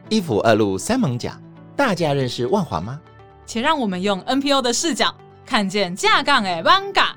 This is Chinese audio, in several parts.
一府二路三艋甲，大家认识万华吗？ 且让我们用 NPO 的视角看见架杠的艋舺。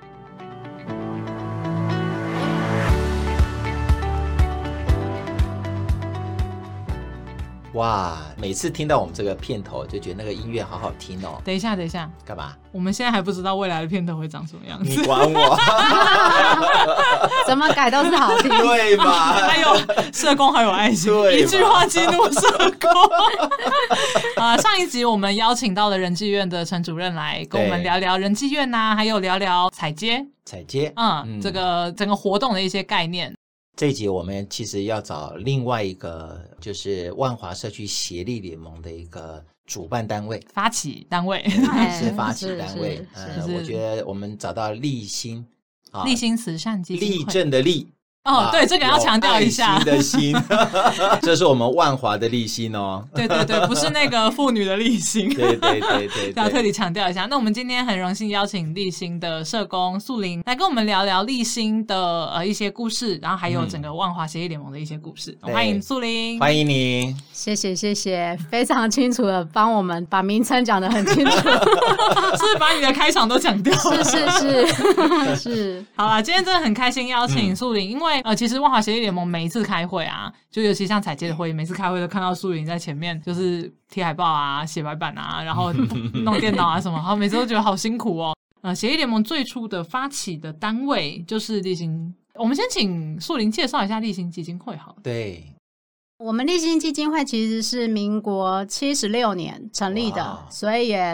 哇，每次听到我们这个片头就觉得那个音乐好好听哦。 等一下干嘛？ 我们现在还不知道未来的片头会长什么样子。 你管我怎么改都是好听。 对吧？ 还有社工好有爱心，一句话激怒社工上一集我们邀请到了人纪院的陈主任来跟我们聊聊人纪院还有聊聊踩街这个整个活动的一些概念。 这一集我们其实要找另外一个，就是万华社区协力联盟的一个主办单位、 发起单位， 是发起单位。我觉得我们找到立新慈善基金会， 立正的立。 对，这个要强调一下， 有爱心的心这是我们万华的立新哦。 对对对，不是那个妇女的立新。 对， 要特地强调一下。那我们今天很荣幸邀请立新的社工素玲来跟我们聊聊立新的一些故事，然后还有整个万华协力联盟的一些故事。欢迎素玲， 欢迎你。 谢谢，非常清楚的帮我们把名称讲得很清楚。 是把你的开场都讲掉了。 是。 好啦，今天真的很开心邀请素玲，因为其实万华协力联盟每一次开会就尤其像采街的会议，每次开会都看到素玲在前面，就是贴海报写白板然后弄电脑什么，然后每次都觉得好辛苦哦。协力联盟最初的发起的单位就是立新，我们先请素玲介绍一下立新基金会好了。 对。 我们立新基金会其实是民国76年成立的，所以也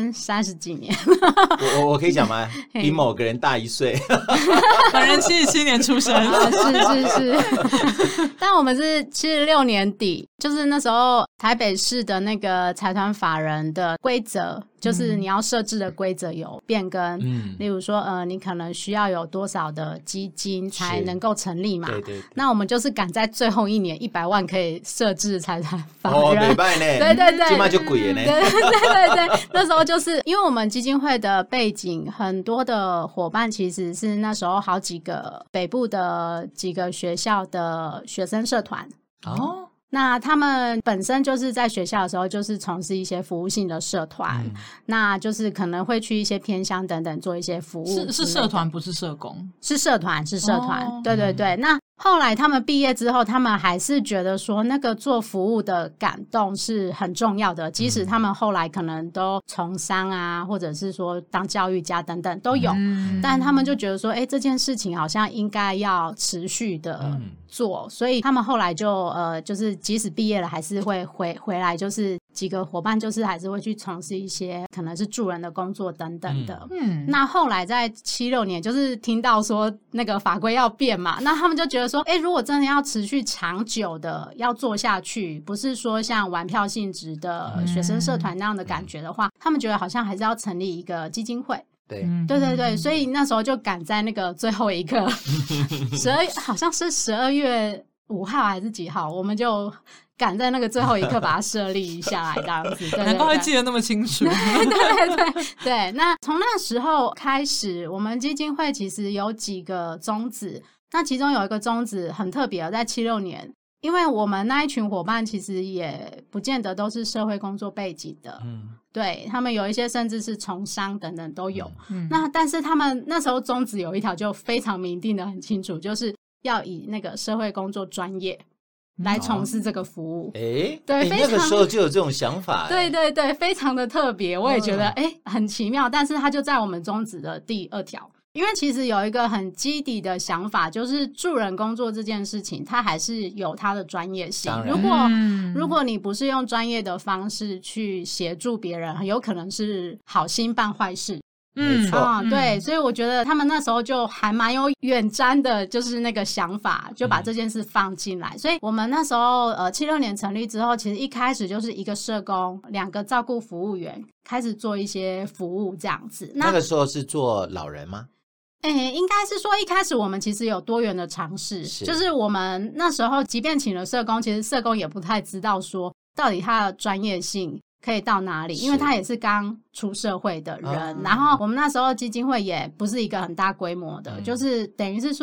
30几年。 我可以讲吗？比某个人大1岁。 本人77年出生。 是。但我们是76年底，就是那时候台北市的那个财团法人的规则，就是你要设置的规则有变更。例如说你可能需要有多少的基金才能够成立嘛。对。那我们就是赶在最后一年100万可以设置财团法人。 没办呢。 对， 现在就贵了呢。 对，那时候就是因为我们基金会的背景，很多的伙伴其实是那时候好几个北部的几个学校的学生社团。那他们本身就是在学校的时候就是从事一些服务性的社团，那就是可能会去一些偏乡等等做一些服务。 是社团不是社工？ 是社团。对。那后来他们毕业之后，他们还是觉得说那个做服务的感动是很重要的，即使他们后来可能都从商或者是说当教育家等等都有，但他们就觉得说这件事情好像应该要持续的做，所以他们后来就是即使毕业了还是会回来，就是几个伙伴就是还是会去从事一些可能是助人的工作等等的。那后来在76年就是听到说那个法规要变嘛，那他们就觉得说如果真的要持续长久的要做下去，不是说像玩票性质的学生社团那样的感觉的话，他们觉得好像还是要成立一个基金会。对，所以那时候就赶在那个最后一刻好像是12月5号还是几号，我们就赶在那个最后一刻把它设立下来这样子。对， 难怪会记得那么清楚。 对。那从那时候开始，我们基金会其实有几个宗旨，那其中有一个宗旨很特别，在76年，因为我们那一群伙伴其实也不见得都是社会工作背景的。对，他们有一些甚至是从商等等都有。那但是他们那时候宗旨有一条就非常明定的很清楚，就是要以那个社会工作专业来从事这个服务。对， 那个时候就有这种想法。 对，非常的特别，我也觉得很奇妙，但是它就在我们宗旨的第2条。因为其实有一个很基底的想法，就是助人工作这件事情它还是有它的专业性。如果你不是用专业的方式去协助别人，很有可能是好心办坏事。对，所以我觉得他们那时候就还蛮有远瞻的，就是那个想法，就把这件事放进来。所以我们那时候76年成立之后，其实一开始就是一个社工2个照顾服务员开始做一些服务这样子。 那个时候是做老人吗？ 应该是说一开始我们其实有多元的尝试，就是我们那时候即便请了社工，其实社工也不太知道说到底他的专业性可以到哪里，因为他也是刚出社会的人。然后我们那时候基金会也不是一个很大规模的，就是等于是说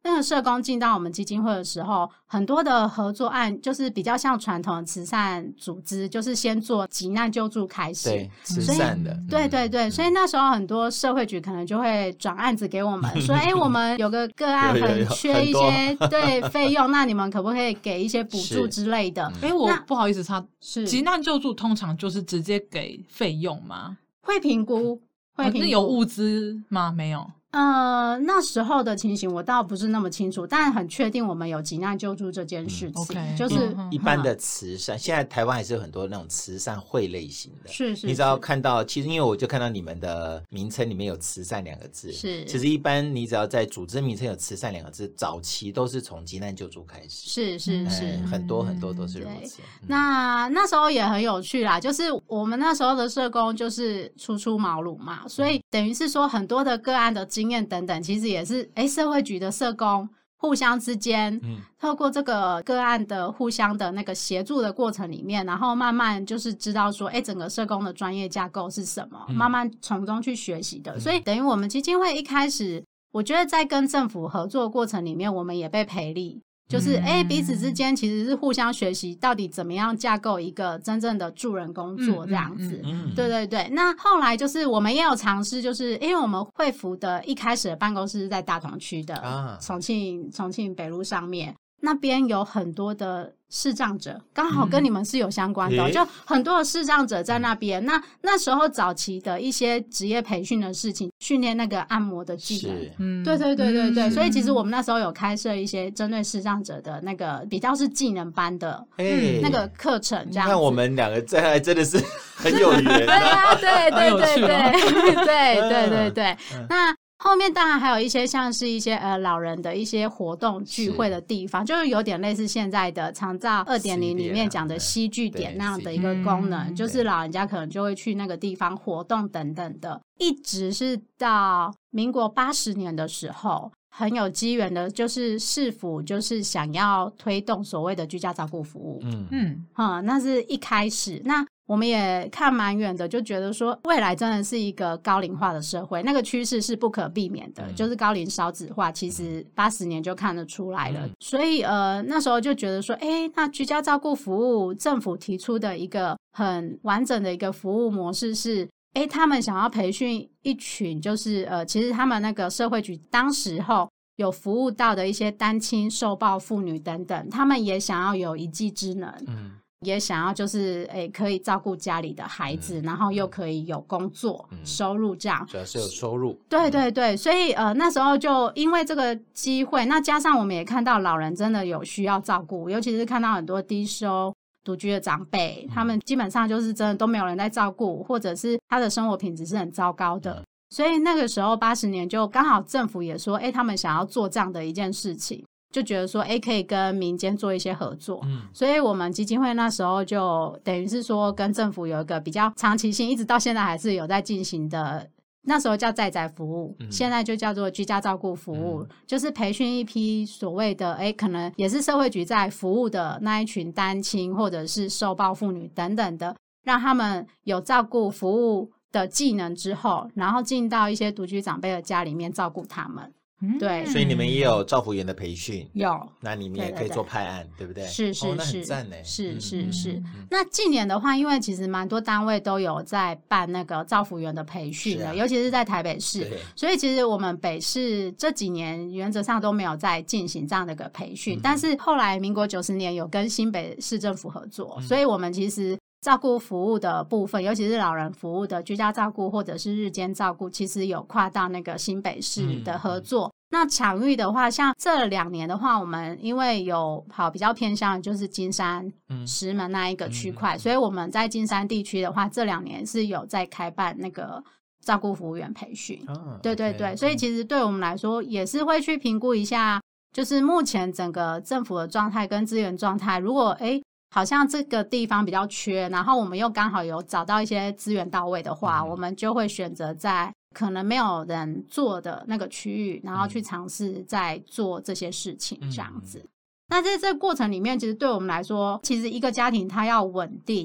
那个社工进到我们基金会的时候，很多的合作案就是比较像传统的慈善组织，就是先做急难救助开始， 对，慈善的， 对对对，所以那时候很多社会局可能就会转案子给我们说，我们有个个案很缺一些对费用，那你们可不可以给一些补助之类的？ 我不好意思插， 是急难救助通常就是直接给费用吗？ 会评估，会评估， 那有物资吗？没有。 那时候的情形我倒不是那么清楚，但很确定我们有急难救助这件事情。 okay, 就是一般的慈善，现在台湾还是有很多那种慈善会类型的， 是你只要看到，其实因为我就看到你们的名称里面有慈善2个字， 是， 其实一般你只要在组织名称有慈善2个字，早期都是从急难救助开始， 是很多很多都是如此。 那时候也很有趣啦，就是我们那时候的社工就是初茅庐嘛，所以等于是说很多的个案的经验等等，其实也是社会局的社工互相之间透过这个个案的互相的那个协助的过程里面，然后慢慢就是知道说整个社工的专业架构是什么，慢慢从中去学习的。所以等于我们基金会一开始我觉得在跟政府合作的过程里面，我们也被培力，就是彼此之间其实是互相学习到底怎么样架构一个真正的助人工作这样子。对对对，那后来就是我们也有尝试，就是因为我们会服的一开始的办公室是在大同区的重庆北路上面，那边有很多的视障者，刚好跟你们是有相关的，就很多的视障者在那边。那时候早期的一些职业培训的事情，训练那个按摩的技能，对对对对对，所以其实我们那时候有开设一些针对视障者的那个比较是技能班的那个课程，这样子。 你看我们2个再来真的是很有缘对啊，对对对对对对对对。那后面当然还有一些像是一些老人的一些活动聚会的地方，就是有点类似现在的长照 2.0 里面讲的西据点那样的一个功能，就是老人家可能就会去那个地方活动等等的。一直是到民国80年的时候，很有机缘的就是市府就是想要推动所谓的居家照顾服务，那是一开始。那我们也看蛮远的，就觉得说未来真的是一个高龄化的社会，那个趋势是不可避免的，就是高龄少子化，其实80年就看得出来了。所以那时候就觉得说那居家照顾服务政府提出的一个很完整的一个服务模式是他们想要培训一群就是其实他们那个社会局当时候有服务到的一些单亲受暴妇女等等，他们也想要有一技之能，也想要就是可以照顾家里的孩子，然后又可以有工作收入，这样主要是有收入。 对对对，所以那时候就因为这个机会，那加上我们也看到老人真的有需要照顾，尤其是看到很多低收独居的长辈，他们基本上就是真的都没有人在照顾，或者是他的生活品质是很糟糕的。所以那个时候80年就刚好政府也说他们想要做这样的一件事情，就觉得说可以跟民间做一些合作，所以我们基金会那时候就等于是说跟政府有一个比较长期性，一直到现在还是有在进行的，那时候叫在宅服务，现在就叫做居家照顾服务，就是培训一批所谓的可能也是社会局在服务的那一群单亲或者是受暴妇女等等的，让他们有照顾服务的技能之后，然后进到一些独居长辈的家里面照顾他们。对， 所以你们也有照服员的培训， 有， 那你们也可以做派案，对不对？ 是是是， 那很赞耶， 是。那近年的话，因为其实蛮多单位都有在办那个照服员的培训的，尤其是在台北市，所以其实我们北市这几年原则上都没有在进行这样的一个培训，但是后来民国90年有跟新北市政府合作，所以我们其实照顾服务的部分，尤其是老人服务的居家照顾或者是日间照顾，其实有跨到那个新北市的合作。那场域的话，像这2年的话，我们因为有比较偏向就是金山、石门那一个区块，所以我们在金山地区的话，这2年是有在开办那个照顾服务员培训。对对对，所以其实对我们来说也是会去评估一下，就是目前整个政府的状态跟资源状态，如果好像这个地方比较缺，然后我们又刚好有找到一些资源到位的话，我们就会选择在可能没有人做的那个区域，然后去尝试在做这些事情这样子。那在这个过程里面，其实对我们来说，其实一个家庭它要稳定，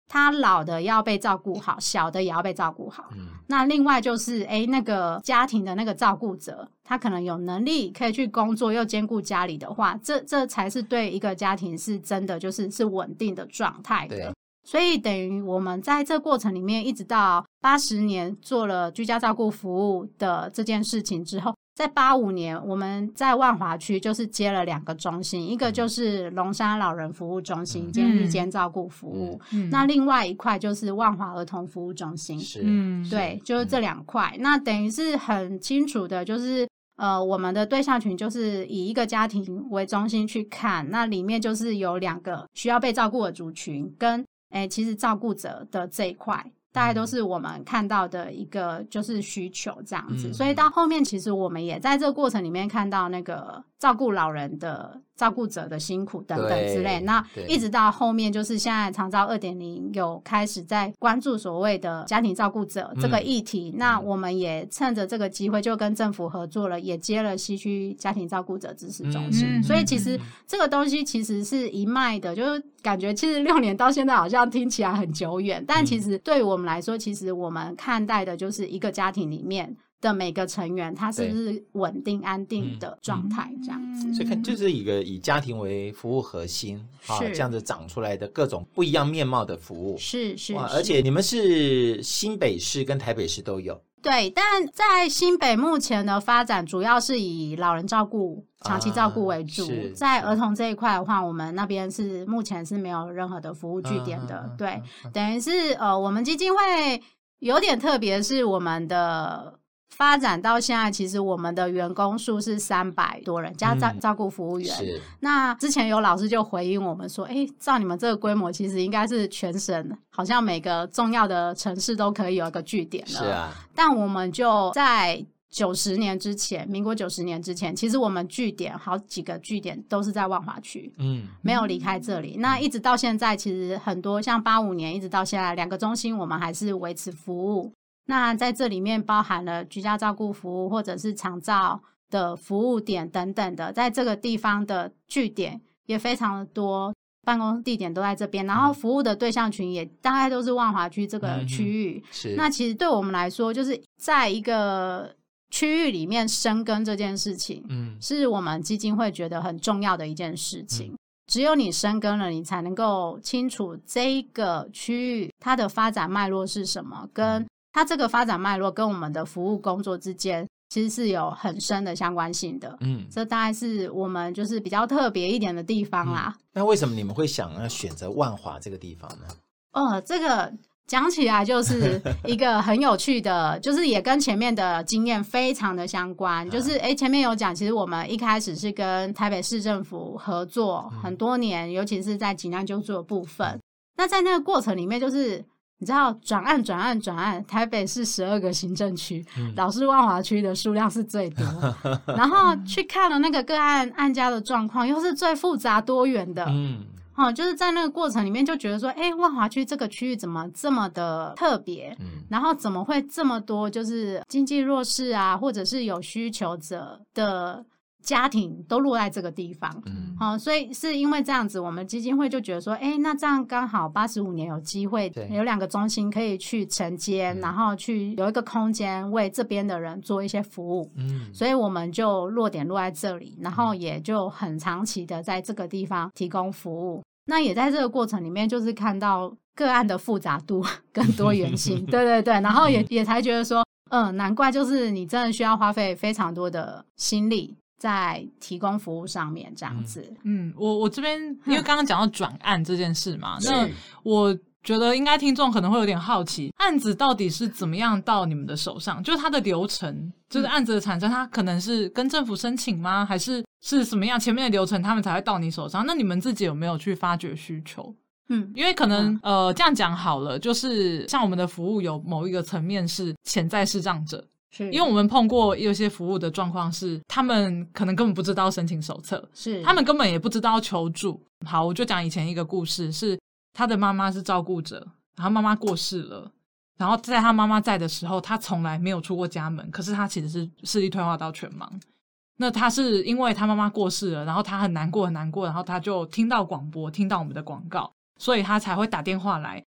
他老的要被照顾好，小的也要被照顾好。那另外就是那个家庭的那个照顾者，他可能有能力可以去工作又兼顾家里的话，这才是对一个家庭是真的是稳定的状态的。所以等于我们在这过程里面一直到80年做了居家照顾服务的这件事情之后，在85年我们在万华区就是接了2个中心，一个就是龙山老人服务中心兼日间照顾服务，那另外一块就是万华儿童服务中心。对，就是这2块。那等于是很清楚的就是我们的对象群就是以一个家庭为中心去看，那里面就是有2个需要被照顾的族群跟其实照顾者的这一块大概都是我们看到的一个就是需求这样子。所以到后面其实我们也在这个过程里面看到那个照顾老人的照顾者的辛苦等等之类，那一直到后面就是现在长照 2.0 有开始在关注所谓的家庭照顾者这个议题，那我们也趁着这个机会就跟政府合作了，也接了西区家庭照顾者支持中心。所以其实这个东西其实是一脉的，就是感觉76年到现在好像听起来很久远，但其实对于我们来说，其实我们看待的就是一个家庭里面的每个成员他是不是稳定安定的状态这样子。 所以看就是以家庭为服务核心这样子长出来的各种不一样面貌的服务。 是而且你们是新北市跟台北市都有。 对，但在新北目前的发展主要是以老人照顾长期照顾为主，在儿童这一块的话，我们那边是目前是没有任何的服务据点的。对，等于是我们基金会有点特别，是我们的发展到现在，其实我们的员工数是300多人加照顾服务员。那之前有老师就回应我们说，照你们这个规模，其实应该是全省好像每个重要的城市都可以有一个据点了。 是啊， 但我们就在90年之前，民国90年之前，其实我们据点好几个据点都是在万华区，没有离开这里。那一直到现在，其实很多像85年一直到现在2个中心，我们还是维持服务。那在这里面包含了居家照顾服务或者是长照的服务点等等的，在这个地方的据点也非常的多，办公地点都在这边，然后服务的对象群也大概都是万华区这个区域。那其实对我们来说，就是在一个区域里面深耕这件事情，是我们基金会觉得很重要的一件事情。只有你深耕了，你才能够清楚这一个区域它的发展脉络是什么，跟它这个发展脉络跟我们的服务工作之间其实是有很深的相关性的。这大概是我们就是比较特别一点的地方啦。 那为什么你们会想要选择万华这个地方呢？ 这个讲起来就是一个很有趣的就是也跟前面的经验非常的相关。就是前面有讲，其实我们一开始是跟台北市政府合作很多年，尤其是在急难救助的部分。那在那个过程里面，就是你知道转案，台北市12个行政区，老是万华区的数量是最多然后去看了那个个案家的状况，又是最复杂多元的。就是在那个过程里面就觉得说，万华区这个区域怎么这么的特别，然后怎么会这么多就是经济弱势啊，或者是有需求者的家庭都落在这个地方。所以是因为这样子，我们基金会就觉得说，那这样刚好85年有机会有2个中心可以去承接，然后去有一个空间为这边的人做一些服务。所以我们就落点落在这里，然后也就很长期的在这个地方提供服务。那也在这个过程里面就是看到个案的复杂度跟多元性对，然后也才觉得说难怪就是你真的需要花费非常多的心力在提供服务上面这样子。 我这边因为刚刚讲到转案这件事嘛，那我觉得应该听众可能会有点好奇，案子到底是怎么样到你们的手上，就是它的流程，就是案子的产生，它可能是跟政府申请吗？还是什么样前面的流程他们才会到你手上？那你们自己有没有去发掘需求？因为可能这样讲好了，就是像我们的服务有某一个层面是潜在视障者，因为我们碰过有些服务的状况是他们可能根本不知道申请手册，他们根本也不知道求助。好，我就讲以前一个故事，是他的妈妈是照顾者，然后妈妈过世了，然后在他妈妈在的时候他从来没有出过家门，可是他其实是视力退化到全盲。那他是因为他妈妈过世了，然后他很难过，然后他就听到广播，听到我们的广告，所以他才会打电话来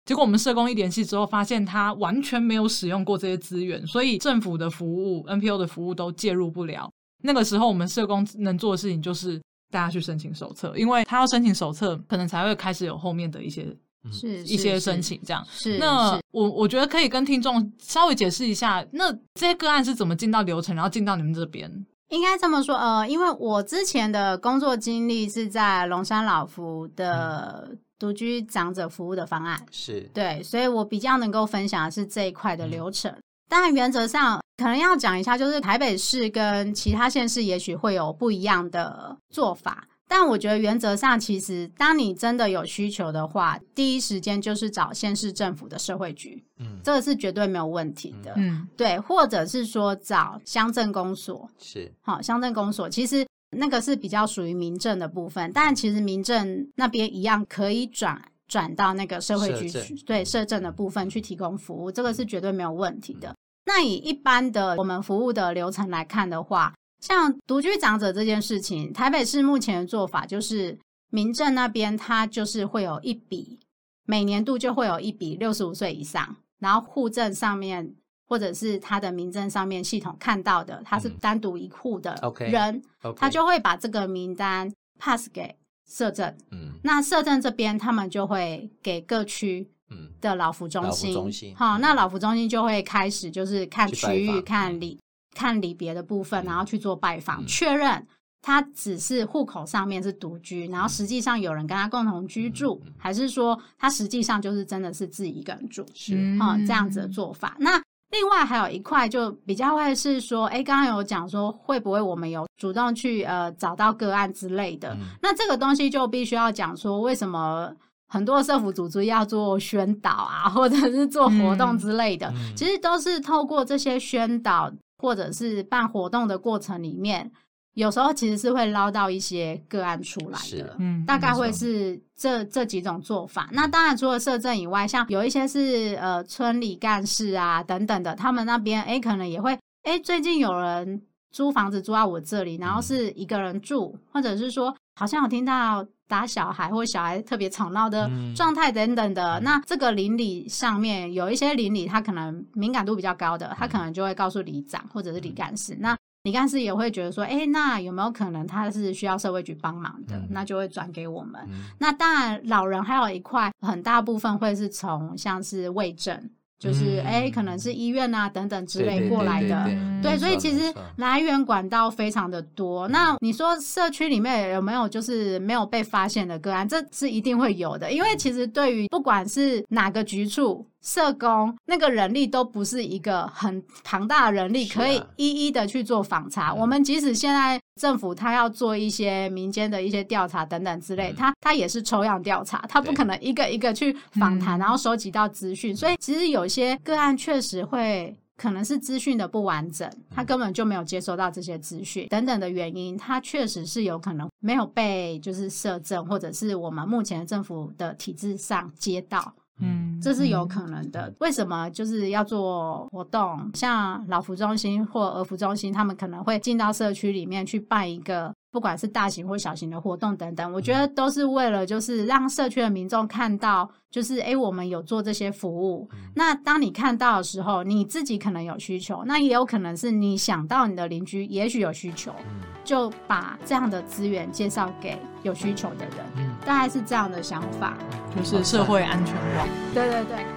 结果我们社工一联系之后，发现他完全没有使用过这些资源，所以政府的服务 NPO 的服务都介入不了。那个时候我们社工能做的事情就是大家去申请手册，因为他要申请手册可能才会开始有后面的一些申请这样。那我觉得可以跟听众稍微解释一下，那这些个案是怎么进到流程然后进到你们这边？ 应该这么说，因为我之前的工作经历是在龙山老福的独居长者服务的方案， 是对，所以我比较能够分享的是这一块的流程。当然原则上可能要讲一下，就是台北市跟其他县市也许会有不一样的做法，但我觉得原则上其实当你真的有需求的话，第一时间就是找县市政府的社会局，这个是绝对没有问题的，对，或者是说找乡镇公所， 是好，乡镇公所其实那个是比较属于民政的部分，但其实民政那边一样可以转到那个社会局去，对，社政的部分去提供服务，这个是绝对没有问题的。那以一般的我们服务的流程来看的话，像独居长者这件事情，台北市目前的做法就是民政那边它就是会有一笔，每年度就会有一笔65岁以上，然后户政上面或者是他的民政上面系统看到的他是单独一户的人，他就会把这个名单 pass 给社政，那社政这边他们就会给各区的老福中心，好，那老福中心就会开始就是看区域看里别的部分，然后去做拜访，确认他只是户口上面是独居，然后实际上有人跟他共同居住，还是说他实际上就是真的是自己一个人住，这样子的做法。那另外还有一块就比较会是说，刚刚有讲说会不会我们有主动去找到个案之类的，那这个东西就必须要讲说为什么很多社福组织要做宣导啊，或者是做活动之类的，其实都是透过这些宣导或者是办活动的过程里面，有时候其实是会捞到一些个案出来的，大概会是这几种做法。那当然除了社政以外，像有一些是村里干事啊等等的，他们那边可能也会最近有人租房子租到我这里，然后是一个人住，或者是说好像有听到打小孩或小孩特别吵闹的状态等等的，那这个邻里上面有一些邻里他可能敏感度比较高的，他可能就会告诉里长或者是里干事，那里干事也会觉得说那有没有可能他是需要社会局帮忙的，那就会转给我们。那当然老人还有一块很大部分会是从像是卫政，就是可能是医院啊等等之类过来的，对，所以其实来源管道非常的多。那你说社区里面有没有就是没有被发现的个案，这是一定会有的，因为其实对于不管是哪个局处社工那个人力都不是一个很庞大的人力可以一一的去做访查，我们即使现在政府他要做一些民间的一些调查等等之类，他也是抽样调查，他不可能一个一个去访谈然后收集到资讯，所以其实有些个案确实会可能是资讯的不完整，他根本就没有接收到这些资讯等等的原因，他确实是有可能没有被就是社政或者是我们目前政府的体制上接到，这是有可能的。为什么就是要做活动，像老福中心或儿福中心，他们可能会进到社区里面去办一个不管是大型或小型的活动等等，我觉得都是为了就是让社区的民众看到就是我们有做这些服务，那当你看到的时候你自己可能有需求，那也有可能是你想到你的邻居也许有需求，就把这样的资源介绍给有需求的人，大概是这样的想法， 就是社会安全网。 对对对。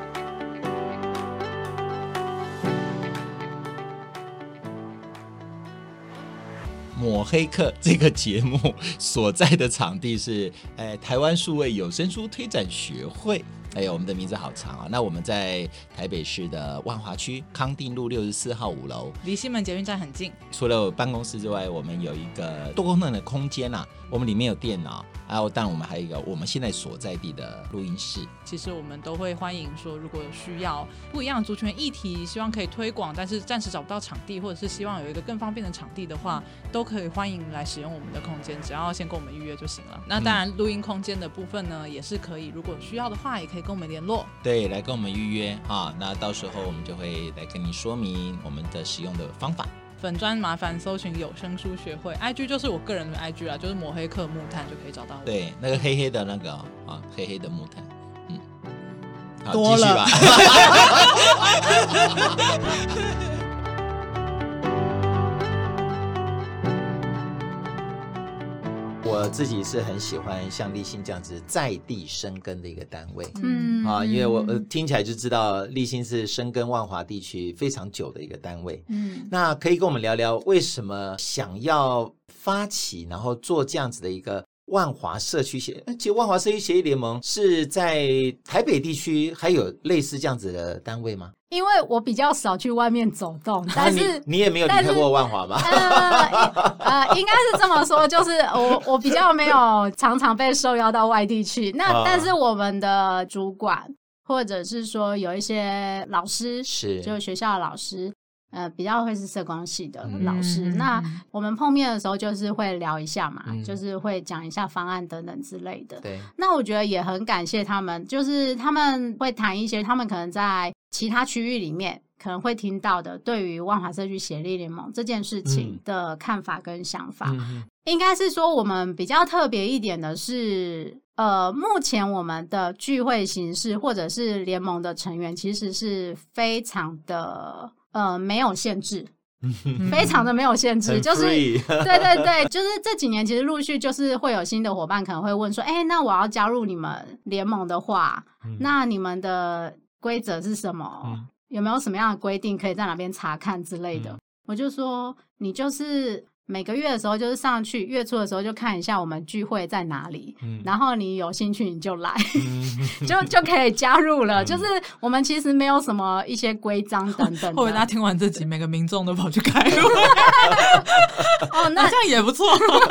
抹黑客这个节目所在的场地是台湾数位有声书推展学会，我们的名字好长啊。那我们在台北市的万华区康定路64号5楼， 离西门捷运站很近。 除了有办公室之外，我们有一个多功能的空间啊，我们里面有电脑，当然我们还有一个我们现在所在地的录音室。 其实我们都会欢迎说，如果有需要不一样的族群议题，希望可以推广，但是暂时找不到场地，或者是希望有一个更方便的场地的话，都可以欢迎来使用我们的空间，只要先跟我们预约就行了。那当然录音空间的部分呢，也是可以，如果有需要的话也可以跟我们联络， 对，来跟我们预约啊。那到时候我们就会来跟你说明我们的使用的方法。 粉专麻烦搜寻有声书学会， IG 就是我个人的 IG 啦，就是抹黑客木炭就可以找到我。 对，那个黑黑的那个黑黑的木炭。 多了。 我自己是很喜欢像立新这样子在地生根的一个单位，因为我听起来就知道立新是深耕万华地区非常久的一个单位。那可以跟我们聊聊为什么想要发起，然后做这样子的一个万华社区协，其实万华社区协议联盟是在台北地区还有类似这样子的单位吗？ 因为我比较少去外面走动，但是你也没有离开过万华吗？ 应该是这么说，就是我比较没有常常被受邀到外地去。那但是我们的主管或者是说有一些老师， 是就学校的老师。比较会是社工系的老师，那我们碰面的时候就是会聊一下嘛，就是会讲一下方案等等之类的。 对， 那我觉得也很感谢他们，就是他们会谈一些他们可能在其他区域里面可能会听到的对于万华社区协力联盟这件事情的看法跟想法。应该是说我们比较特别一点的是目前我们的聚会形式或者是联盟的成员其实是非常的没有限制，非常的没有限制，就是对，就是这几年其实陆续就是会有新的伙伴可能会问说，那我要加入你们联盟的话，那你们的规则是什么？有没有什么样的规定可以在哪边查看之类的？我就说你就是每个月的时候就是上去，月初的时候就看一下我们聚会在哪里，然后你有兴趣你就来，就可以加入了。就是我们其实没有什么一些规章等等的。 会不会大家听完这集，每个民众都跑去开录？ 那这样也不错。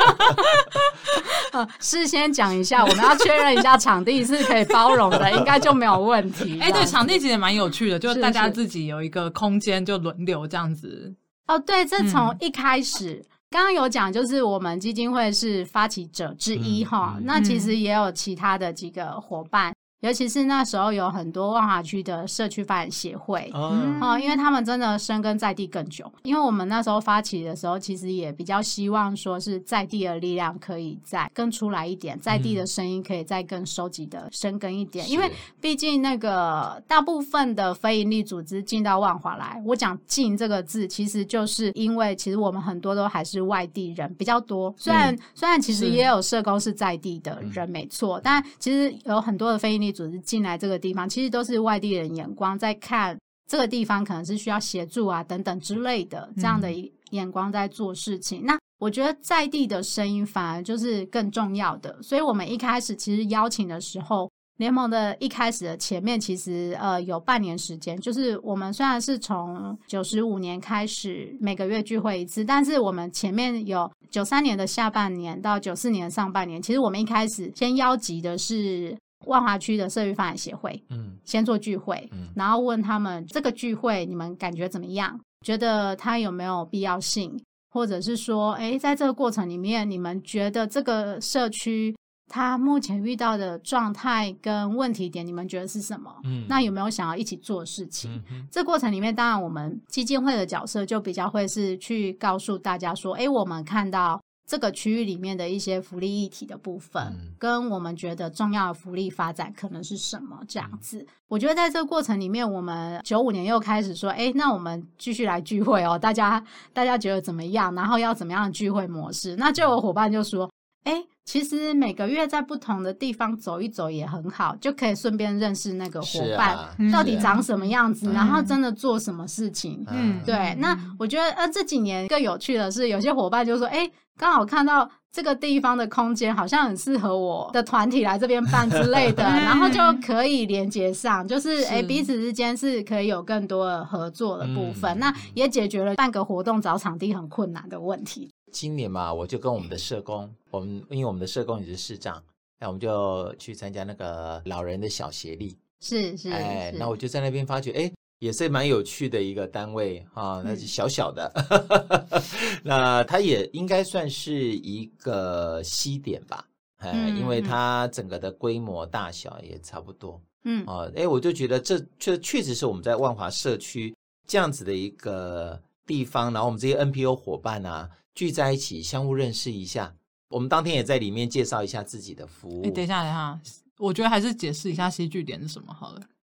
事先讲一下，我们要确认一下场地是可以包容的，应该就没有问题。 对，场地其实也蛮有趣的，就是大家自己有一个空间就轮流这样子。 对，这从一开始。刚刚有讲，就是我们基金会是发起者之一那其实也有其他的几个伙伴，尤其是那时候有很多万华区的社区发展协会因为他们真的深耕在地更久。因为我们那时候发起的时候，其实也比较希望说是在地的力量可以再更出来一点，在地的声音可以再更收集的深耕一点。因为毕竟那个大部分的非营利组织进到万华来，我讲进这个字其实就是因为其实我们很多都还是外地人比较多，虽然其实也有社工是在地的人没错，但其实有很多的非营利组织进来这个地方，其实都是外地人眼光在看这个地方可能是需要协助啊等等之类的这样的眼光在做事情。那我觉得在地的声音反而就是更重要的，所以我们一开始其实邀请的时候，联盟的一开始的前面其实有半年时间，就是我们虽然是从95年开始每个月聚会一次，但是我们前面有93年的下半年到94年的上半年，其实我们一开始先邀集的是万华区的社区发展协会先做聚会然后问他们这个聚会你们感觉怎么样，觉得它有没有必要性，或者是说在这个过程里面你们觉得这个社区他目前遇到的状态跟问题点你们觉得是什么那有没有想要一起做的事情这过程里面当然我们基金会的角色就比较会是去告诉大家说我们看到这个区域里面的一些福利议题的部分跟我们觉得重要的福利发展可能是什么这样子我觉得在这个过程里面我们95年又开始说那我们继续来聚会大家觉得怎么样，然后要怎么样的聚会模式，那就有伙伴就说其实每个月在不同的地方走一走也很好，就可以顺便认识那个伙伴到底长什么样子然后真的做什么事情对。那我觉得这几年更有趣的是有些伙伴就说刚好看到这个地方的空间好像很适合我的团体来这边办之类的然后就可以连接上，就是彼此之间是可以有更多的合作的部分那也解决了办个活动找场地很困难的问题。 今年嘛，我就跟我们的社工，因为我们的社工也是视障，那我们就去参加那个老人的小协力， 是那我就在那边发觉，也是蛮有趣的一个单位那是小小的，那它也应该算是一个西点吧，因为它整个的规模大小也差不多，我就觉得这确实是我们在万华社区这样子的一个地方，然后我们这些 NPO 伙伴啊聚在一起相互认识一下，我们当天也在里面介绍一下自己的服务。 等一下我觉得还是解释一下西据点是什么好了。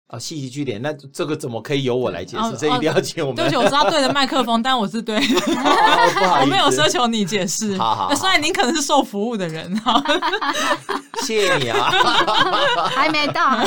戏剧据点，那这个怎么可以由我来解释？这一定要请我们。 对不起，我知道对着麦克风，但我是对， 不好意思， 我没有奢求你解释。 好， 虽然您可能是受服务的人， 谢谢你啊， 还没到，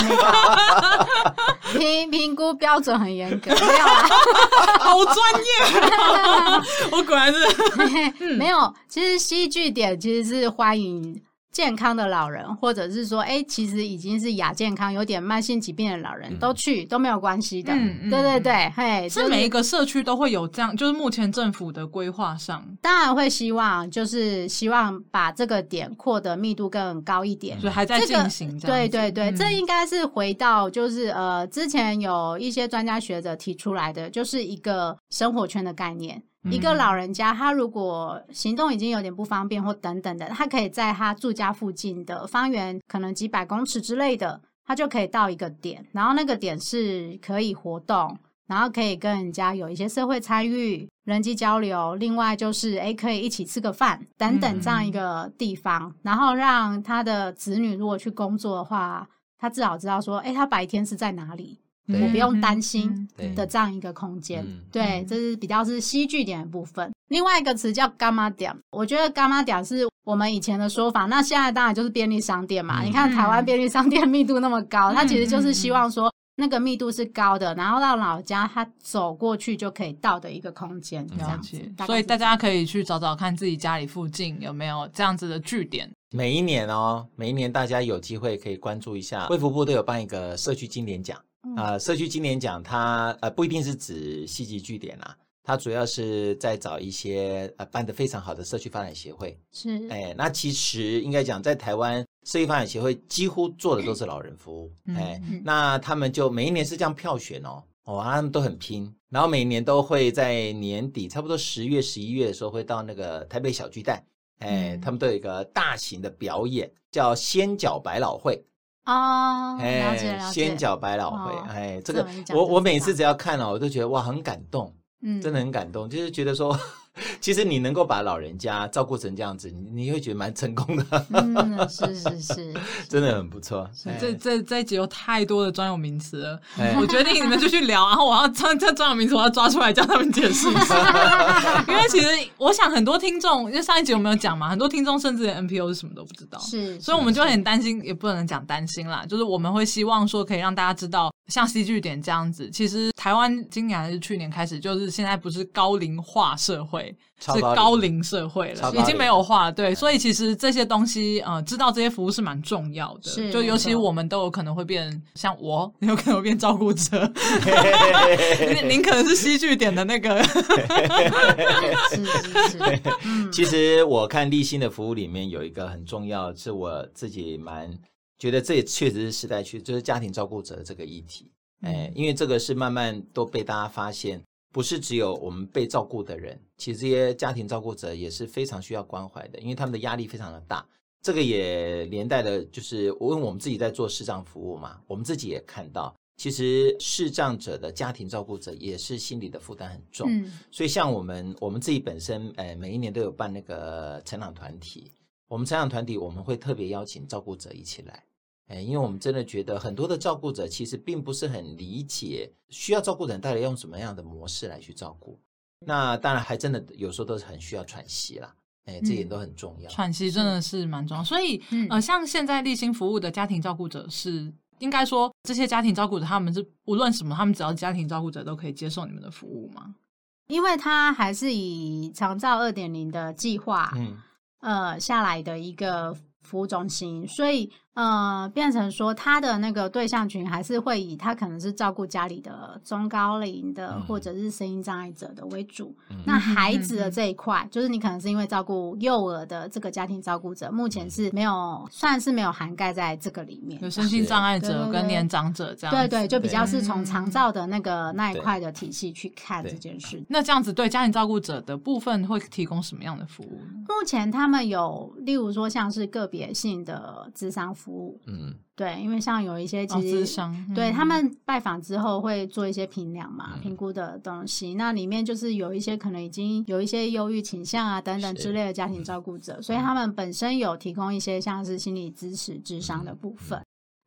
评估标准很严格，没有啦， 好专业，我果然是没有。其实戏剧点其实是欢迎健康的老人，或者是说其实已经是亚健康有点慢性疾病的老人都去都没有关系的。对对对，嘿， 是每一个社区都会有这样，就是目前政府的规划上当然会希望把这个点扩得密度更高一点， 所以还在进行这样。 对对对，这应该是回到就是之前有一些专家学者提出来的，就是一个生活圈的概念。一个老人家他如果行动已经有点不方便或等等的，他可以在他住家附近的方圆可能几百公尺之类的，他就可以到一个点，然后那个点是可以活动，然后可以跟人家有一些社会参与、人际交流，另外就是可以一起吃个饭等等这样一个地方，然后让他的子女如果去工作的话，他至少知道说他白天是在哪里，我不用担心的这样一个空间。对，这是比较是戏剧点的部分。另外一个词叫柑仔店，我觉得柑仔店是我们以前的说法，那现在当然就是便利商店嘛。你看台湾便利商店密度那么高，它其实就是希望说那个密度是高的，然后到老家他走过去就可以到的一个空间。 了解，所以大家可以去找找看自己家里附近有没有这样子的据点。 每一年大家有机会可以关注一下，卫福部都有办一个社区经典奖。社区经典奖它不一定是指戏剧据点啦，它主要是在找一些办得非常好的社区发展协会。 是， 那其实应该讲在台湾社区发展协会几乎做的都是老人服务。那他们就每一年是这样票选他们都很拼，然后每年都会在年底差不多10月11月的时候会到那个台北小巨蛋，他们都有一个大型的表演叫仙脚百老汇。 了解了解， 仙脚百老汇。这个我每次只要看我都觉得哇很感动，真的很感动，就是觉得说其实你能够把老人家照顾成这样子，你会觉得蛮成功的。 是真的很不错。 这一集有太多的专有名词了，我决定你们就去聊，然后我要这专有名词我要抓出来叫他们解释一下。因为其实我想很多听众，因为上一集我没有讲嘛，很多听众甚至连 NPO 是什么都不知道，所以我们就很担心，也不能讲担心啦，就是我们会希望说可以让大家知道，像戏剧点这样子，其实台湾今年还是去年开始，就是现在不是高龄化社会，是高龄社会了，已经没有化了。对，所以其实这些东西知道这些服务是蛮重要的，就尤其我们都有可能会变，像我有可能会变照顾者您可能是戏剧点的那个是其实我看立新的服务里面有一个很重要，是我自己蛮觉得这也确实是时代趋势，就是家庭照顾者这个议题。因为这个是慢慢都被大家发现，不是只有我们被照顾的人，其实这些家庭照顾者也是非常需要关怀的，因为他们的压力非常的大。这个也连带的就是因为我们自己在做视障服务嘛，我们自己也看到其实视障者的家庭照顾者也是心理的负担很重。所以像我们自己本身每一年都有办那个成长团体，我们成长团体我们会特别邀请照顾者一起来，因为我们真的觉得很多的照顾者其实并不是很理解需要照顾的人到底用什么样的模式来去照顾。那当然还真的有时候都是很需要喘息啦，这也都很重要。 喘息真的是蛮重要。所以像现在立新服务的家庭照顾者是应该说这些家庭照顾者他们是无论什么，他们只要家庭照顾者都可以接受你们的服务吗？ 因为他还是以长照 2.0 的计划下来的一个服务中心，所以变成说他的那个对象群还是会以他可能是照顾家里的中高龄的或者是声音障碍者的为主。那孩子的这一块就是你可能是因为照顾幼儿的这个家庭照顾者，目前是没有算是没有涵盖在这个里面， 有身心障碍者跟年长者这样子。 对，就比较是从长照的那一块的体系去看这件事。 那这样子对家庭照顾者的部分会提供什么样的服务呢？ 目前他们有例如说像是个别性的諮商服务，对，因为像有一些其实对他们拜访之后会做一些评量嘛，评估的东西，那里面就是有一些可能已经有一些忧郁倾向啊等等之类的家庭照顾者，所以他们本身有提供一些像是心理支持諮商的部分。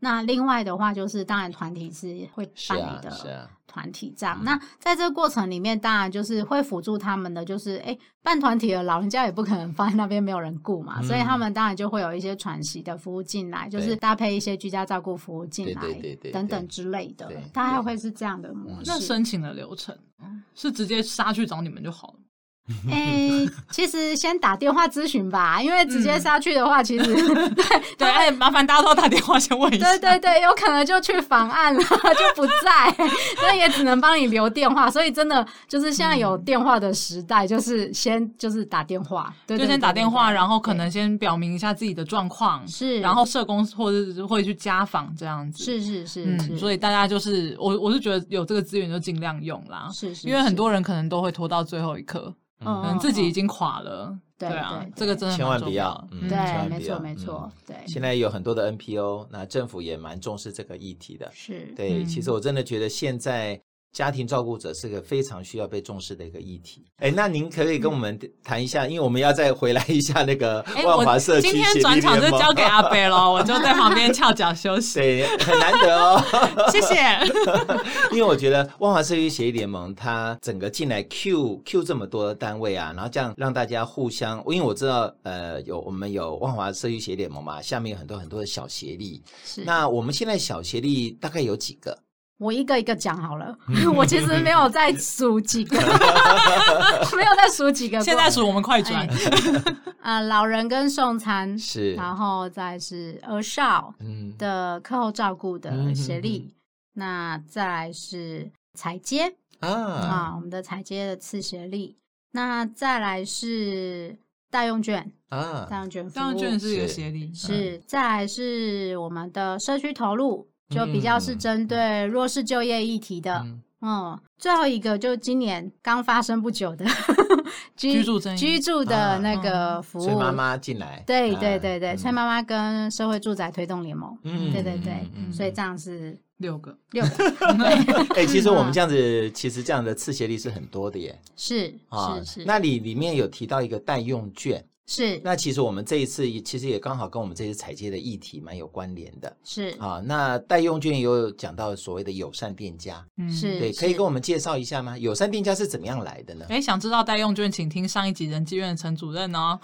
那另外的话就是当然团体是会办理的团体这样，那在这个过程里面当然就是会辅助他们的就是办团体的老人家也不可能放在那边没有人顾嘛，所以他们当然就会有一些喘息的服务进来，就是搭配一些居家照顾服务进来等等之类的，大概会是这样的模式。 那申请的流程是直接杀去找你们就好了？ 其实先打电话咨询吧，因为直接杀去的话其实对麻烦大家都要打电话先问一下。 对，有可能就去访案了就不在，那也只能帮你留电话，所以真的就是现在有电话的时代，就是先就是打电话，对， 就先打电话，然后可能先表明一下自己的状况， 是， 然后社工或者是会去家访这样子， 是， 所以大家就是我是觉得有这个资源就尽量用啦， 是， 因为很多人可能都会拖到最后一刻。可能自己已经垮了，对啊，这个真的千万不要， 对，没错，对。 现在有很多的 NPO， 那政府也蛮重视这个议题的， 是对。其实我真的觉得现在家庭照顾者是个非常需要被重视的一个议题。那您可以跟我们谈一下，因为我们要再回来一下那个万华社区协力联盟。 今天转场就交给阿伯咯，我就在旁边翘脚休息。 对，很难得哦。 谢谢。 因为我觉得万华社区协力联盟它整个进来 Q 这么多单位啊，然后这样让大家互相，因为我知道我们有万华社区协力联盟嘛，下面有很多的小协力。 是。 那我们现在小协力大概有几个？ 我一个一个讲好了，我其实没有在数几个，没有在数几个。 现在数我们快转。 老人跟送餐是， 然后再是儿少的课后照顾的协力，那再来是采接我们的采接的次协力，那再来是代用券代用券服务， 代用券是一个协力， 是，再来是我们的社区投入。就比较是针对弱势就业议题的，最后一个就今年刚发生不久的居住的那个服务， 崔妈妈进来， 对，崔妈妈跟社会住宅推动联盟，对，所以这样是 6个， 其实我们这样子，其实这样的次协力是很多的耶， 是， 那里面有提到一个代用券。 是， 那其实我们这一次其实也刚好跟我们这次采接的议题蛮有关联的， 是那代用券也有讲到所谓的友善店家， 是， 对，可以跟我们介绍一下吗？友善店家是怎么样来的呢？ 想知道代用券，请听上一集人际院的陈主任哦。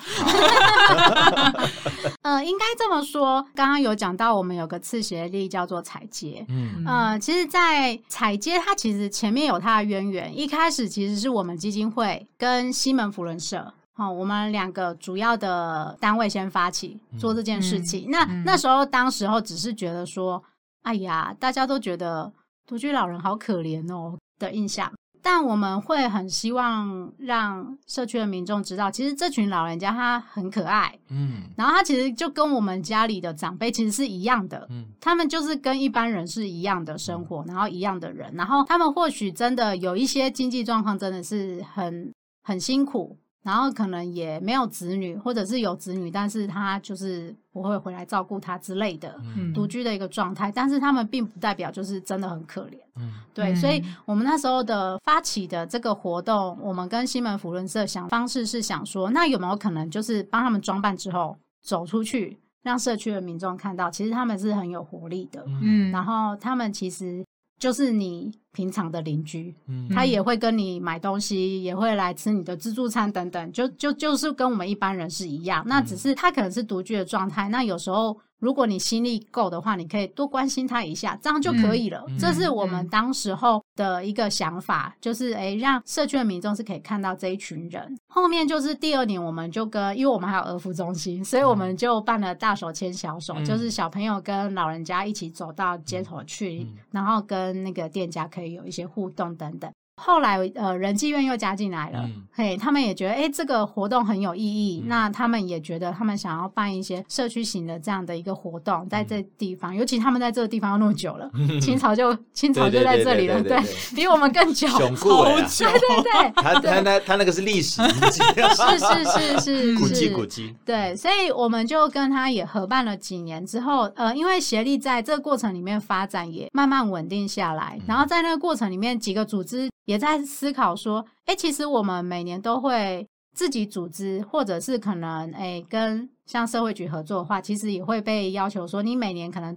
应该这么说，刚刚有讲到我们有个次协力叫做采接，其实在采接它其实前面有它的渊源，一开始其实是我们基金会跟西门扶轮社我们2个主要的单位先发起做这件事情。那时候当时候只是觉得说，哎呀，大家都觉得独居老人好可怜哦的印象，但我们会很希望让社区的民众知道，其实这群老人家他很可爱，然后他其实就跟我们家里的长辈其实是一样的，他们就是跟一般人是一样的生活，然后一样的人，然后他们或许真的有一些经济状况真的是很辛苦，然后可能也没有子女，或者是有子女但是他就是不会回来照顾他之类的，独居的一个状态，但是他们并不代表就是真的很可怜，对，所以我们那时候的发起的这个活动，我们跟西门扶轮社方式是想说，那有没有可能就是帮他们装扮之后走出去，让社区的民众看到其实他们是很有活力的，然后他们其实就是你平常的邻居，他也会跟你买东西，也会来吃你的自助餐等等，就是跟我们一般人是一样，那只是他可能是独居的状态，那有时候如果你心力够的话，你可以多关心他一下，这样就可以了，这是我们当时候的一个想法，就是让社区的民众是可以看到这一群人。后面就是第2年我们就因为我们还有儿福中心，所以我们就办了大手牵小手，就是小朋友跟老人家一起走到街头去，然后跟那个店家可以有一些互动等等。后来人际院又加进来了，他们也觉得这个活动很有意义，那他们也觉得他们想要办一些社区型的这样的一个活动在这地方，尤其他们在这个地方要那么久了，清朝就在这里了，对，比我们更久， 雄固了，对，他那个是历史是古迹， 对，所以我们就跟他也合办了几年之后，因为协力在这个过程里面发展也慢慢稳定下来，然后在那个过程里面几个组织也在思考说，其实我们每年都会自己组织，或者是可能跟像社会局合作的话，其实也会被要求说，你每年可能都要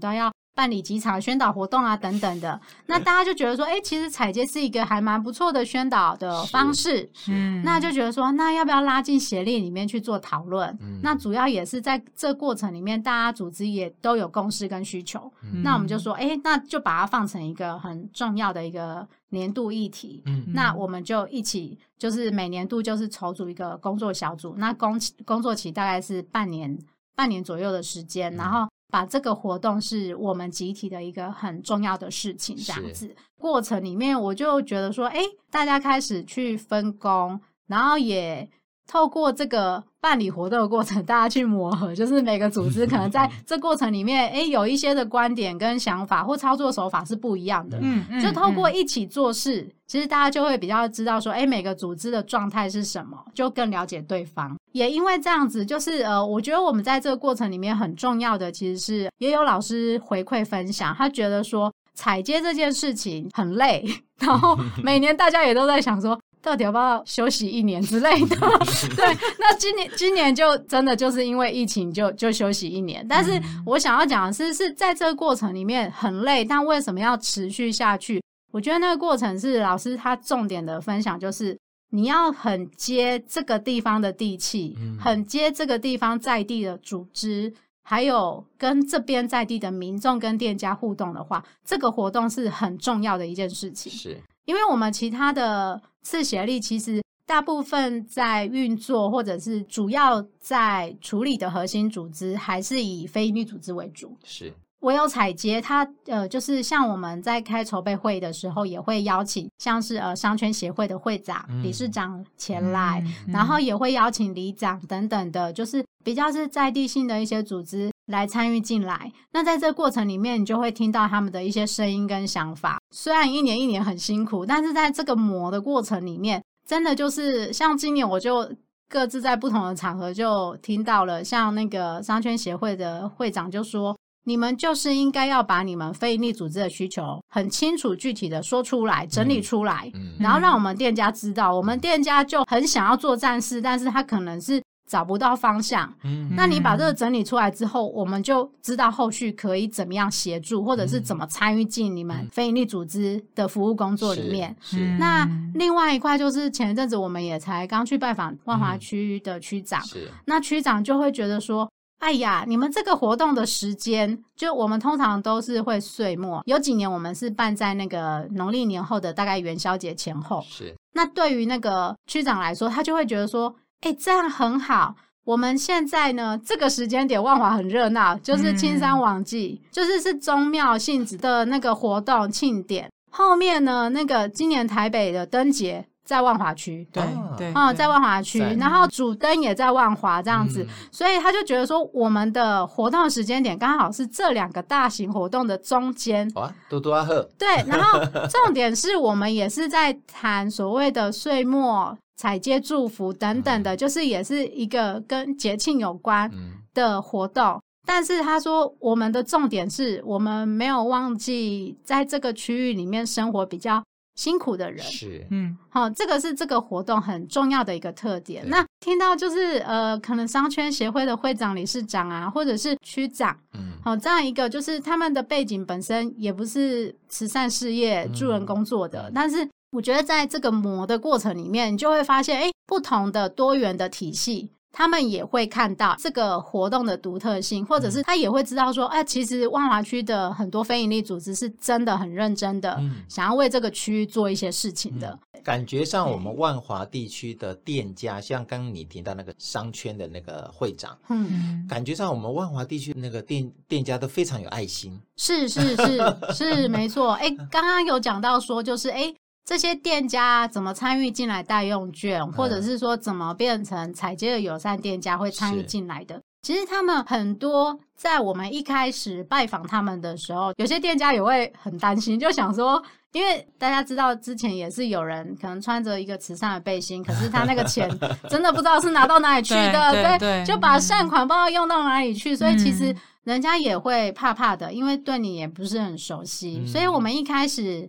办理几场宣导活动啊等等的，那大家就觉得说其实踩街是一个还蛮不错的宣导的方式，那就觉得说那要不要拉进协力里面去做讨论，那主要也是在这过程里面大家组织也都有共识跟需求，那我们就说那就把它放成一个很重要的一个年度议题，那我们就一起就是每年度就是筹组一个工作小组，那工作期大概是半年左右的时间，然后把这个活动是我们集体的一个很重要的事情，这样子过程里面我就觉得说大家开始去分工，然后也透过这个办理活动的过程大家去磨合，就是每个组织可能在这过程里面有一些的观点跟想法或操作手法是不一样的，就透过一起做事，其实大家就会比较知道说每个组织的状态是什么，就更了解对方。也因为这样子，就是我觉得我们在这个过程里面很重要的其实是也有老师回馈分享，他觉得说踩街这件事情很累，然后每年大家也都在想说到底要不要休息1年之类的对，那今年就真的就是因为疫情就休息1年，但是我想要讲的是在这个过程里面很累，但为什么要持续下去？我觉得那个过程是老师他重点的分享，就是你要很接这个地方的地气，很接这个地方在地的组织，还有跟这边在地的民众跟店家互动的话，这个活动是很重要的一件事情。 是因为我们其他的次协力其实大部分在运作或者是主要在处理的核心组织还是以非营利组织为主， 是唯有踩街它就是像我们在开筹备会的时候也会邀请像是商圈协会的会长、理事长前来，然后也会邀请里长等等的，就是比较是在地性的一些组织来参与进来。那在这个过程里面你就会听到他们的一些声音跟想法，虽然一年很辛苦，但是在这个磨的过程里面真的就是像今年我就各自在不同的场合就听到了，像那个商圈协会的会长就说你们就是应该要把你们非营利组织的需求很清楚具体的说出来，整理出来，然后让我们店家知道，我们店家就很想要做善事，但是他可能是找不到方向，那你把这个整理出来之后，我们就知道后续可以怎么样协助，或者是怎么参与进你们非营利组织的服务工作里面。那另外一块就是前一阵子我们也才刚去拜访万华区的区长，那区长就会觉得说哎呀，你们这个活动的时间，就我们通常都是会岁末，有几年我们是办在那个农历年后的大概元宵节前后。 是， 那对于那个区长来说，他就会觉得说，这样很好。我们现在呢，这个时间点万华很热闹，就是青山王祭，就是宗庙性质的那个活动庆典。后面呢，那个今年台北的灯节在万华区， 对对在万华区，然后主灯也在万华这样子，所以他就觉得说，我们的活动的时间点刚好是这两个大型活动的中间。 哇，多多啊呵。 对，然后重点是我们也是在谈所谓的岁末踩街祝福等等的，就是也是一个跟节庆有关的活动。但是他说我们的重点是我们没有忘记在这个区域里面生活比较辛苦的人， 是， 这个是这个活动很重要的一个特点。那听到就是可能商圈协会的会长、理事长啊，或者是区长，这样一个就是他们的背景本身也不是慈善事业、助人工作的，但是我觉得在这个磨的过程里面，你就会发现，不同的多元的体系。他们也会看到这个活动的独特性，或者是他也会知道说，其实万华区的很多非营利组织是真的很认真的，想要为这个区域做一些事情的。 感觉上我们万华地区的店家，像刚刚你提到那个商圈的那个会长，感觉上我们万华地区那个店家都非常有爱心。是没错。刚刚有讲到说，就是这些店家怎么参与进来代用券，或者是说怎么变成踩街的友善店家会参与进来的。其实他们很多在我们一开始拜访他们的时候，有些店家也会很担心，就想说，因为大家知道之前也是有人可能穿着一个慈善的背心，可是他那个钱真的不知道是拿到哪里去的，对，就把善款不知道用到哪里去，所以其实人家也会怕怕的，因为对你也不是很熟悉，所以我们一开始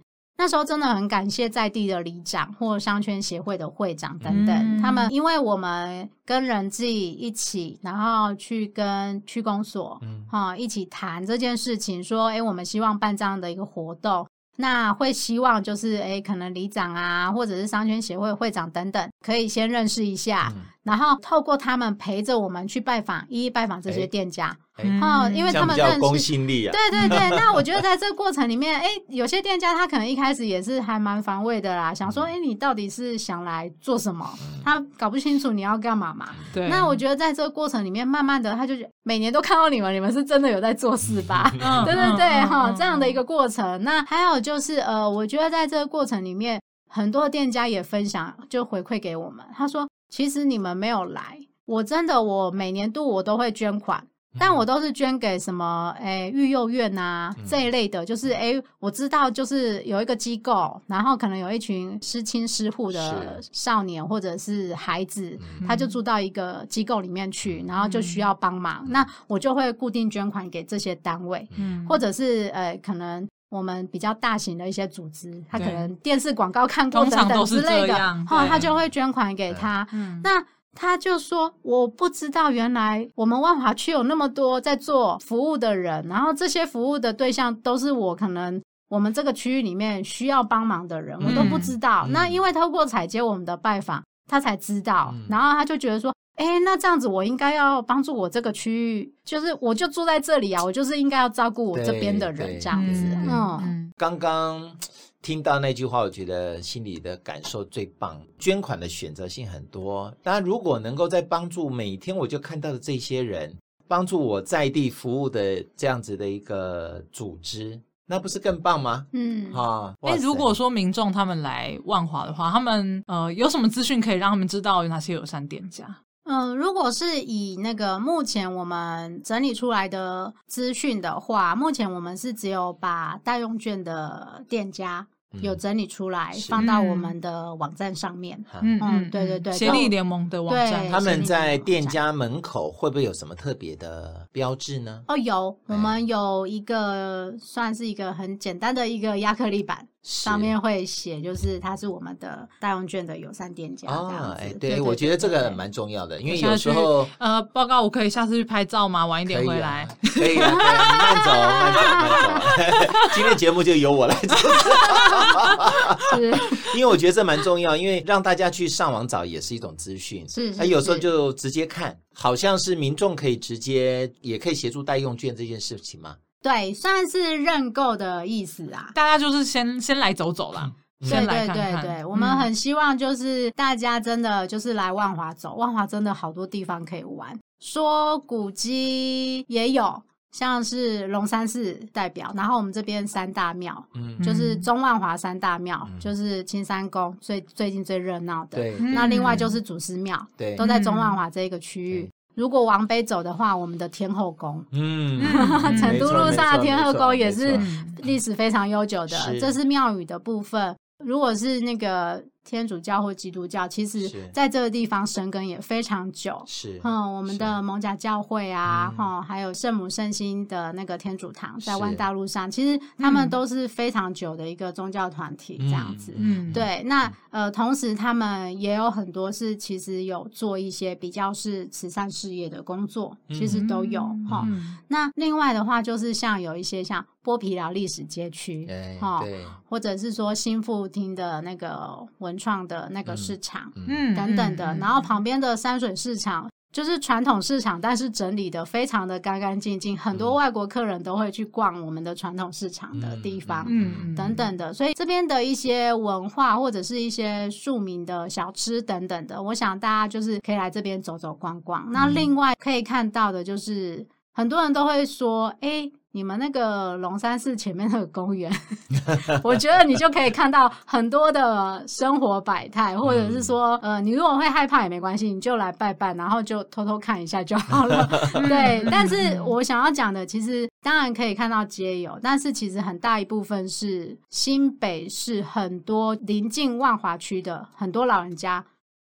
那时候真的很感谢在地的里长或商圈协会的会长等等，他们因为我们跟人际一起，然后去跟区公所一起谈这件事情，说我们希望办这样的一个活动，那会希望就是可能里长啊或者是商圈协会会长等等可以先认识一下，然后透过他们陪着我们去一一拜访这些店家，因为他们认识，这样比较公信力啊。 对对对，那我觉得在这个过程里面有些店家他可能一开始也是还蛮防卫的啦，想说你到底是想来做什么，他搞不清楚你要干嘛嘛。 对， 那我觉得在这个过程里面慢慢的他就每年都看到你们是真的有在做事吧。对对对，这样的一个过程。那还有就是我觉得在这个过程里面很多店家也分享就回馈给我们，他说其实你们没有来，我每年度我都会捐款，但我都是捐给什么育幼院啊这一类的，就是我知道就是有一个机构，然后可能有一群失亲失户的少年或者是孩子，他就住到一个机构里面去，然后就需要帮忙，那我就会固定捐款给这些单位，或者是可能我们比较大型的一些组织，他可能电视广告看过等等之类的，他就会捐款给他。那他就说我不知道原来我们万华区有那么多在做服务的人，然后这些服务的对象都是可能我们这个区域里面需要帮忙的人，我都不知道。那因为透过采接我们的拜访他才知道，然后他就觉得说那这样子我应该要帮助我这个区域，就是我就住在这里啊，我就是应该要照顾我这边的人这样子。 刚刚听到那句话，我觉得心里的感受最棒。捐款的选择性很多，当然如果能够在帮助每天我就看到的这些人，帮助我在地服务的这样子的一个组织，那不是更棒吗？ 如果说民众他们来万华的话，他们有什么资讯可以让他们知道有哪些友善店家？ 如果是以那个目前我们整理出来的资讯的话，目前我们是只有把代用券的店家有整理出来，放到我们的网站上面。对对对， 协力联盟的网站。 他们在店家门口会不会有什么特别的标志呢？ 有，我们有一个算是一个很简单的一个亚克力板，上面会写就是它是我们的代用券的友善店家这样子。 对，我觉得这个蛮重要的，因为有时候报告我可以下次去拍照吗？晚一点回来。 可以啊，慢走。今天节目就由我来主持。因为我觉得这蛮重要，因为让大家去上网找也是一种资讯。有时候就直接看，好像是民众可以直接也可以协助代用券这件事情吗？ 对，算是认购的意思啊。 大家就是先来走走啦。 对对对对，我们很希望就是大家真的就是来万华走，万华真的好多地方可以玩，说古迹也有，像是龙山寺代表，然后我们这边三大庙，就是中万华三大庙，就是青山宫最近最热闹的，那另外就是祖师庙，都在中万华这个区域。如果往北走的话，我们的天后宫，成都路上的天后宫也是历史非常悠久的，这是庙宇的部分。如果是那个天主教或基督教，其实在这个地方生根也非常久。我们的蒙甲教会啊，还有圣母圣心的那个天主堂，在万大路上，其实他们都是非常久的一个宗教团体这样子。对，那同时他们也有很多是其实有做一些比较是慈善事业的工作，其实都有那另外的话，就是像有一些像剥皮寮历史街区，或者是说新富町的那个文创的那个市场，等等的，然后旁边的山水市场就是传统市场，但是整理的非常的干干净净，很多外国客人都会去逛我们的传统市场的地方，等等的，所以这边的一些文化或者是一些庶民的小吃等等的，我想大家就是可以来这边走走逛逛。那另外可以看到的就是很多人都会说你们那个龙山寺前面那个公园我觉得你就可以看到很多的生活百态，或者是说你如果会害怕也没关系，你就来拜拜，然后就偷偷看一下就好了对，但是我想要讲的其实当然可以看到街友，但是其实很大一部分是新北市很多临近万华区的很多老人家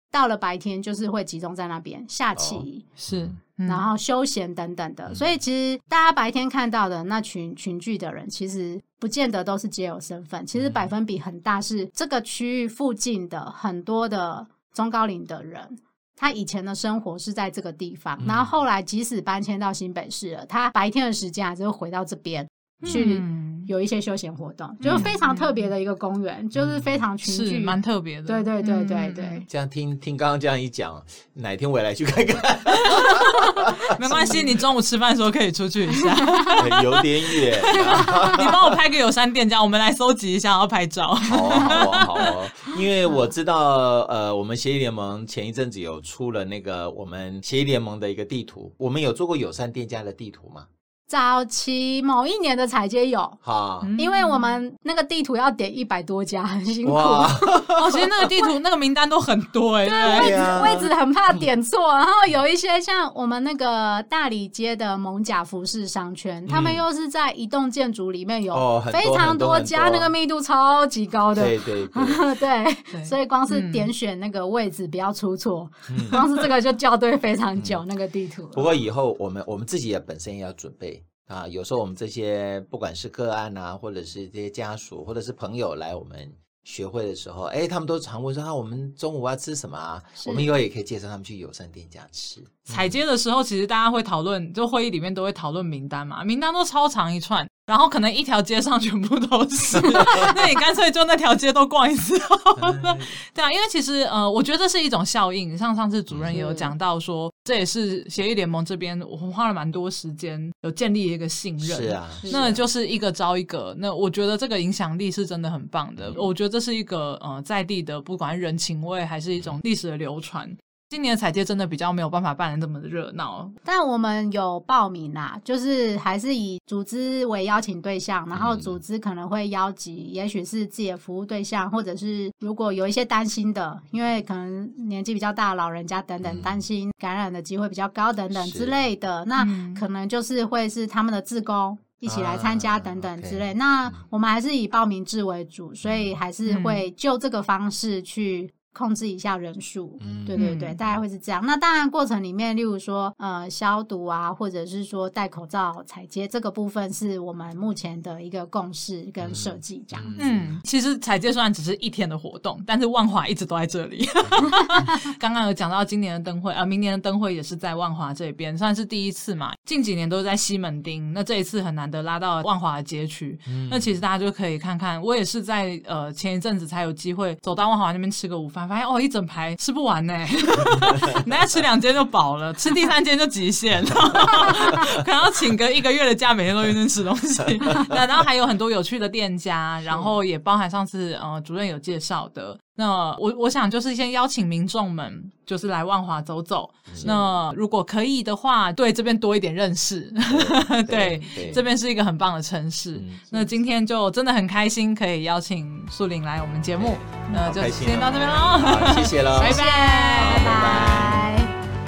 到了白天就是会集中在那边下棋、 是， 然后休闲等等的，所以其实大家白天看到的那群聚的人，其实不见得都是街友身份，其实百分比很大是这个区域附近的很多的中高龄的人，他以前的生活是在这个地方，然后后来即使搬迁到新北市了，他白天的时间还是会回到这边去有一些休闲活动，就是非常特别的一个公园，就是非常群聚， 是蛮特别的。 对对对对对。 这样听刚刚这样一讲，哪天我也来去看看。 没关系，你中午吃饭的时候可以出去一下。 有点远。 你帮我拍个友善店家，我们来搜集一下，然后拍照。 好哦，因为我知道我们协议联盟前一阵子有出了那个我们协议联盟的一个地图，我们有做过友善店家的地图吗？ 早期某一年的采街有，因为我们那个地图要点100多家，很辛苦。 其实那个地图那个名单都很多对，位置很怕点错。然后有一些像我们那个大理街的蒙甲服饰商圈，他们又是在一栋建筑里面有非常多家，那个密度超级高的。 对对对，所以光是点选那个位置不要出错，光是这个就校对非常久那个地图。 不过以后我们自己也本身也要准备。有时候我们这些不管是个案啊，或者是这些家属，或者是朋友来我们学会的时候，他们都常问说我们中午要吃什么啊？我们以后也可以介绍他们去友善店家吃。 采街的时候，其实大家会讨论，就会议里面都会讨论名单嘛，名单都超长一串，然后可能一条街上全部都是，那你干脆就那条街都逛一次好了。对啊，因为其实我觉得这是一种效应，像上次主任也有讲到说，这也是协议联盟这边我们花了蛮多时间有建立一个信任。 是啊， 那就是一个招一个，那我觉得这个影响力是真的很棒的。我觉得这是一个在地的，不管人情味还是一种历史的流传。今年的采街真的比较没有办法办得这么热闹， 但我们有报名啦，就是还是以组织为邀请对象，然后组织可能会邀集也许是自己的服务对象，或者是如果有一些担心的，因为可能年纪比较大的老人家等等，担心感染的机会比较高等等之类的，那可能就是会是他们的志工一起来参加等等之类。那我们还是以报名制为主，所以还是会就这个方式去控制一下人数。对对对，大概会是这样。那当然过程里面例如说消毒啊，或者是说戴口罩采街，这个部分是我们目前的一个共识跟设计这样子。 其实采街虽然只是一天的活动，但是万华一直都在这里。刚刚有讲到今年的灯会明年的灯会也是在万华这边，算是第一次嘛，近几年都是在西门町，那这一次很难得拉到万华的街区。那其实大家就可以看看，我也是在前一阵子才有机会走到万华那边吃个午饭，发现一整排吃不完呢。人家吃2间就饱了，吃第3间就极限。可能要请个1个月的假，每天都去那吃东西。然后还有很多有趣的店家，然后也包含上次主任有介绍的。那我想就是先邀请民众们就是来万华走走，那如果可以的话对这边多一点认识。对，这边是一个很棒的城市。那今天就真的很开心可以邀请素玲来我们节目，那就先到这边咯。 谢谢了， 拜拜拜拜。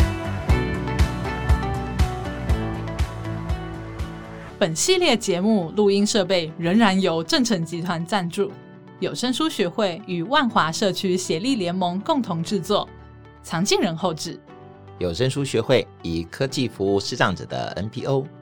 本系列节目录音设备仍然由正成集团赞助，有声书学会与万华社区协力联盟共同制作，藏进人后制。 有声书学会以科技服务视障者的 NPO。